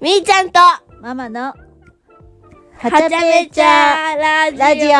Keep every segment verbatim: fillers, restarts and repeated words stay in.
みーちゃんとママのははちゃめちゃラジオラジ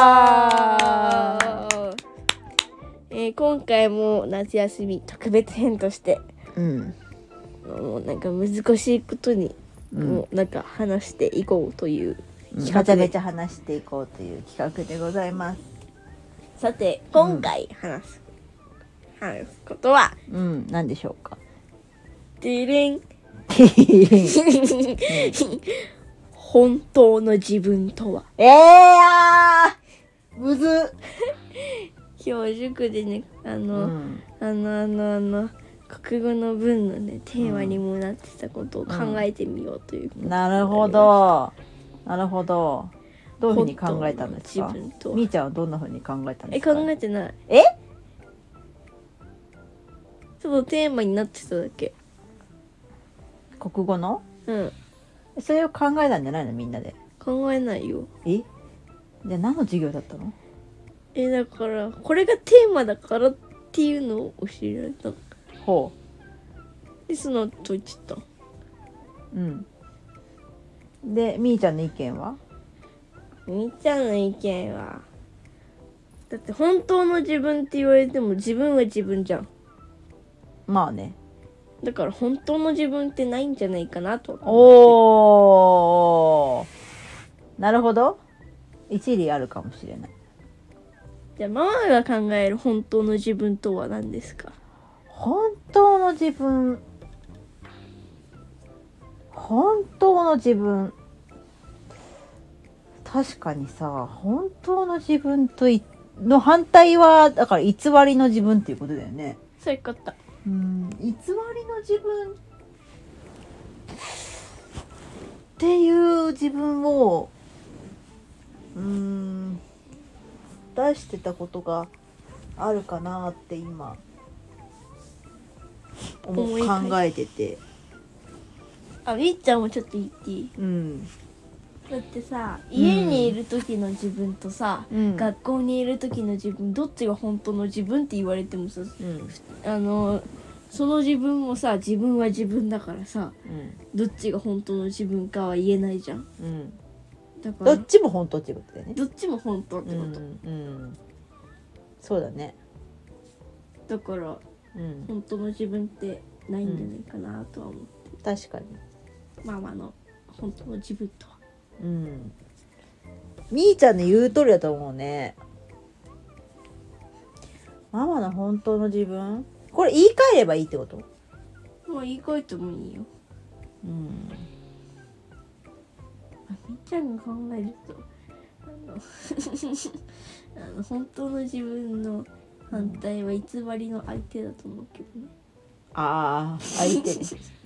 えー、今回も夏休み特別編としてうんもうなんか難しいことに、 うんもうなんか話していこうという企画で、 はちゃめちゃ話していこうという企画でございます。 さて今回話す、うん、話すことはうん何でしょうか。 てれん本当の自分とは。 えーあーむずっ、 今日塾でねあの、 うん、 あのあのあの国語の文のねテーマにもなってたことを考えてみようということになるほりまどなるほど。どういうふうに考えたんですか。 本当の自分とはみーちゃんはどんなふうに考えたんでえすか。 考えてない。 えちょっとテーマになってただけ。 国語のうんそれを考えたんじゃないのみんなで。 考えないよ。 えじゃあ何の授業だったの。 えだからこれがテーマだからっていうのを教えられたのほでそのと言ってた。 ううんでみーちゃんの意見は。 みーちゃんの意見はだって本当の自分って言われても自分は自分じゃん。 まあね。 だから本当の自分ってないんじゃないかなと。 おーなるほど。一理あるかもしれない。 じゃあママが考える本当の自分とは何ですか。 本当の自分本当の自分確かにさ本当の自分といの反対はだから偽りの自分っていうことだよね。 そういうこと。 うん偽りの自分っていう自分をうーん出してたことがあるかなって今思思い返す考えてて。 あみーちゃんもちょっと言っていい。 うんだってさ家にいる時の自分とさ、 うん学校にいる時の自分どっちが本当の自分って言われてもさうんあのその自分もさ自分は自分だからさうんどっちが本当の自分かは言えないじゃん。 うんだからどっちも本当ってことだよね。 どっちも本当ってうんこと、 うんそうだね。 だからうん本当の自分ってないんじゃないかなとは思ってる、 確かに。 ママの本当の自分とは。 うんみーちゃんの言う通りだと思うね。ママの本当の自分これ言い換えればいいってこと。 まあ言い換えてもいいよ。 うんあみーちゃんが考えるとあのあの本当の自分の反対は偽りの相手だと思うけどね。 ああ相手ね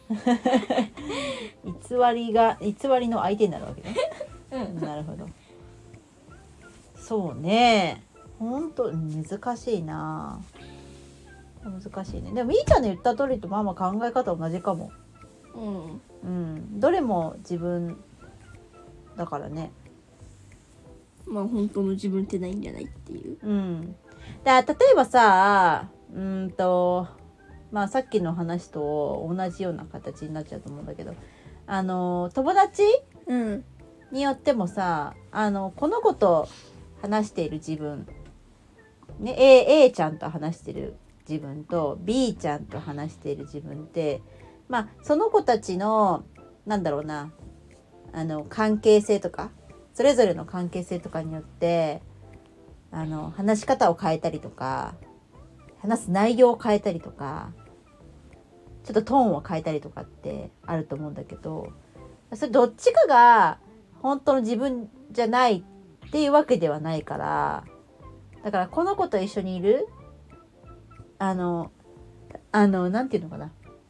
偽りが偽りの相手になるわけね。 うんなるほど。そうね本当難しいな。難しいね。でもみーちゃんの言った通りとママ考え方同じかも。 うんうんどれも自分だからね。 まあ本当の自分ってないんじゃないっていう。 うんだ例えばさうーんとまあさっきの話と同じような形になっちゃうと思うんだけどあの友達うんによってもさあのこの子と話している自分、ね、A, A ちゃんと話している自分と B ちゃんと話している自分ってまあその子たちのなんだろうなあの関係性とかそれぞれの関係性とかによってあの話し方を変えたりとか話す内容を変えたりとかちょっとトーンを変えたりとかってあると思うんだけどそれどっちかが本当の自分じゃないっていうわけではないからだからこの子と一緒にいるあのあのなんていうのかな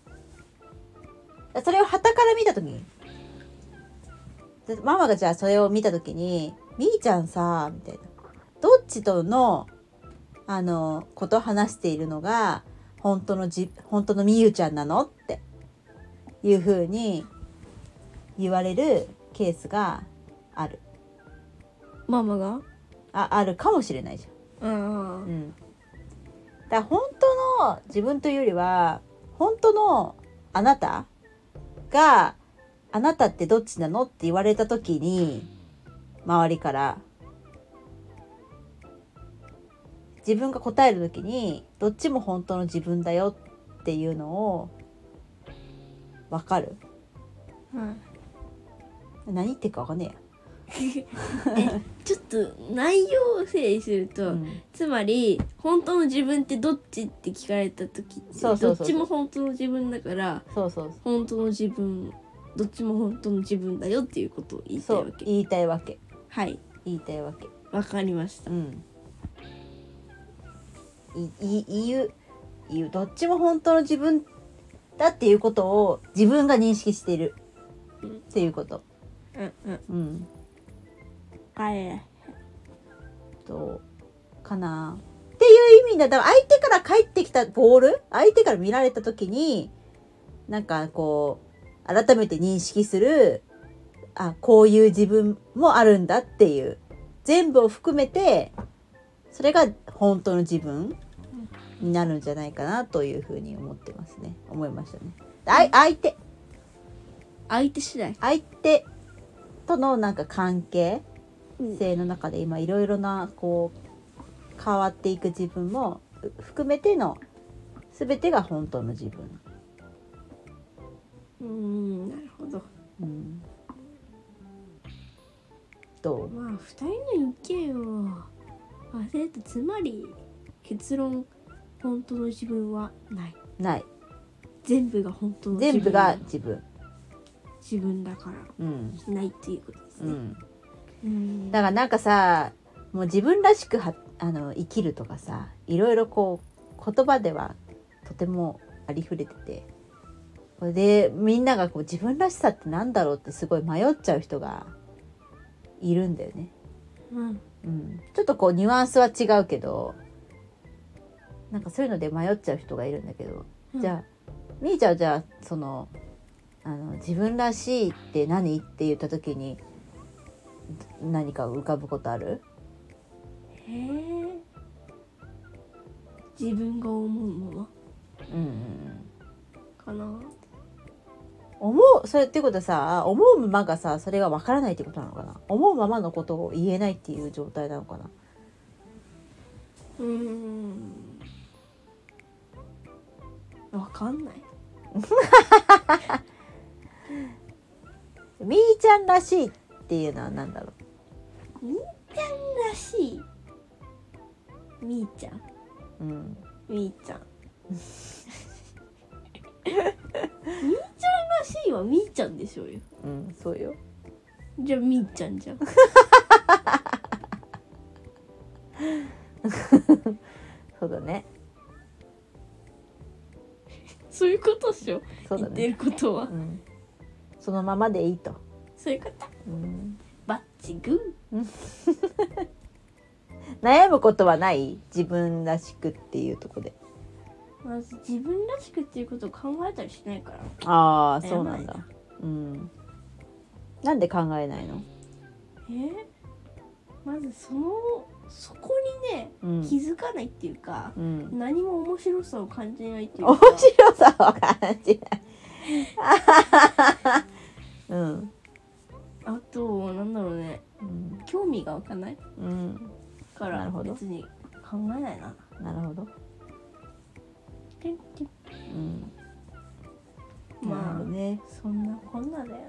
それを傍から見た時にママがじゃあそれを見た時にみーちゃんさみたいなどっちとのあのこと話しているのが本当のじ本当のみゆちゃんなのっていう風に言われるケースがある。 ママがあ、あるかもしれないじゃん。 うんうん。だから本当の自分というよりは本当のあなたがあなたってどっちなのって言われた時に周りから自分が答える時にどっちも本当の自分だよっていうのを分かる。 うん、 何言ってるか分かんねえちょっと内容を整理するえと、 や、うん、 つまり本当の自分ってどっちって聞かれた時ってそうそうそうそうどっちも本当の自分だからそうそう本当の自分どっちも本当の自分だよっていうことを言いたいわけ。 そう言いたいわけはい言いたいわけわかりました。 うんいい言う言うどっちも本当の自分だっていうことを自分が認識しているっていうこと。 うんうんうんはいとかなっていう意味で、だから相手から返ってきたボール相手から見られた時になんかこう改めて認識する、あこういう自分もあるんだっていう全部を含めてそれが本当の自分になるんじゃないかなというふうに思ってますね思いましたね。あ相手相手次第。 相手とのなんか関係性の中で今いろいろなこう変わっていく自分も含めての全てが本当の自分。 うーんなるほど。 うん、どう？ まあふたりの意見を忘れてつまり結論本当の自分はないない全部が本当の自分全部が自分自分だから、 うん、 ないっていうことですね。 うんうん、 だからなんかさもう自分らしくはあの生きるとかさいろいろこう言葉ではとてもありふれててこれでみんながこう自分らしさってなんだろうってすごい迷っちゃう人がいるんだよね、 うんうん、ちょっとこうニュアンスは違うけどなんかそういうので迷っちゃう人がいるんだけど、 うん、 じゃあみーちゃんはじゃあそのあの自分らしいって何って言った時に何か浮かぶことある？ へえ自分が思うままうんうんかな。 思うそれっていうことはさ思うままがさそれが分からないってことなのかな思うままのことを言えないっていう状態なのかな。 うーんわかんない。 みーちゃんらしいっていうのは何だろみーちゃんらしいみーちゃんう、うん、 みーちゃんみーちゃんらしいはみーちゃんでしょうよ。 うん、そうよ。 じゃあみーちゃんじゃん。 そうだね。 そういうことっしょ。 そうだね。 言ってることは、 うん、そのままでいいと。 そういうこと。 うん、 バッチグー。 悩むことはない自分らしくっていうところで。 まず自分らしくっていうことを考えたりしないから。 ああそうなんだ。うん。なんで考えないの？ えー、まずそのそこにね、 うん、 気づかないっていうか、 うん、 何も面白さを感じないっていうか。 面白さを感じない。うん。 あとなんだろうね、 うん、 興味が湧かない、 うん、 から別に考えないな。 なるほど。うん、 まあね、 そんなこんなだよね。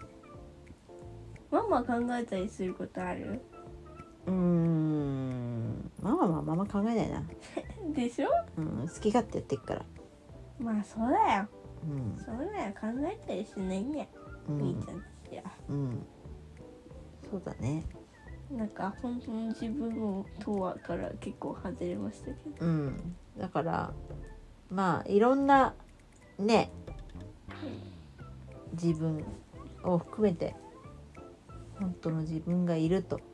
ママ考えたりすることある？ うーん、ママはママ考えないな。 でしょ？ うん、好き勝手やってっから。 まあそうだよ。 うん、 そうだよ、考えたりしないね。みーちゃんたちは。 うん、そうだね。 なんか本当の自分をとはから結構外れましたけど。 うん、だからまあいろんなね、自分を含めて本当の自分がいると。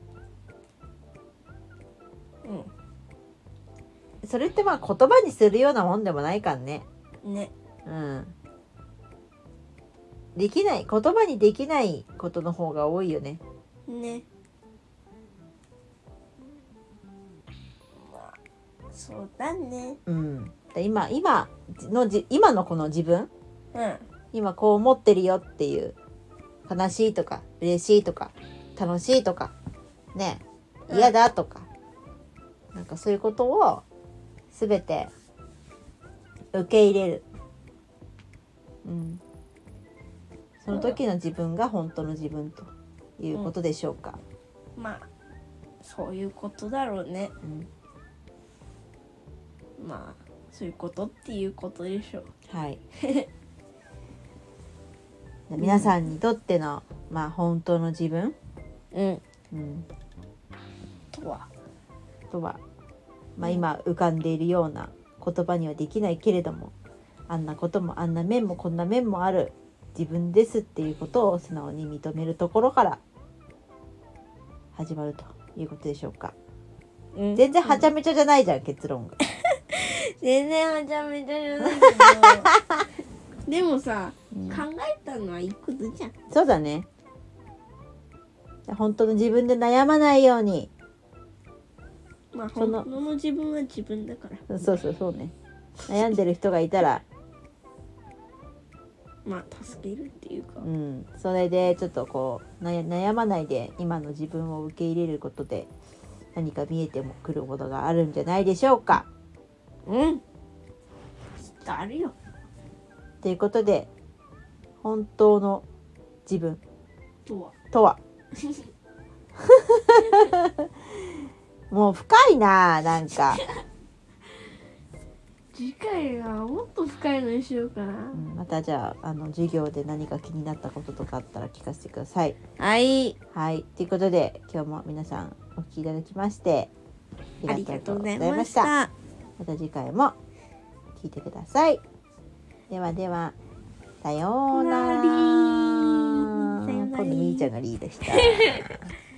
うん。 それってまあ言葉にするようなもんでもないからね。 ね。 うん。できない言葉にできないことの方が多いよね。 ね。まあそうだね。 うん。今今のじ今のこの自分、 うん。 今こう思ってるよっていう悲しいとか嬉しいとか楽しいとかね嫌だとか、うん、なんかそういうことを全て受け入れる、うん、その時の自分が本当の自分ということでしょうか。 うん、まあそういうことだろうね、うん、まあそういうことっていうことでしょう。 はい皆さんにとっての、まあ、本当の自分、 うんうん、 とはとは、まあ、今浮かんでいるような言葉にはできないけれども、あんなこともあんな面もこんな面もある自分ですっていうことを素直に認めるところから始まるということでしょうか。うん、全然はちゃめちゃじゃないじゃん、うん、結論が全然はちゃめちゃじゃないけどでもさ、うん、考えたのはいいことじゃん。 そうだね。本当の自分で悩まないように、 まあ本当の自分は自分だから。 そうそうそうね。悩んでる人がいたらまあ助けるっていうか、 うん、それでちょっとこう悩まないで今の自分を受け入れることで何か見えてくるものがあるんじゃないでしょうか。 うん、あるよ。 ということで本当の自分とはとはもう深いな、なんか次回はもっと深いのにしようかな、 うん、またじゃあ、あの授業で何か気になったこととかあったら聞かせてください。 はいはいということで今日も皆さんお聞きいただきましてありがとうございました。 また次回も聞いてください。ではではさようなら。今度みーちゃんがリードした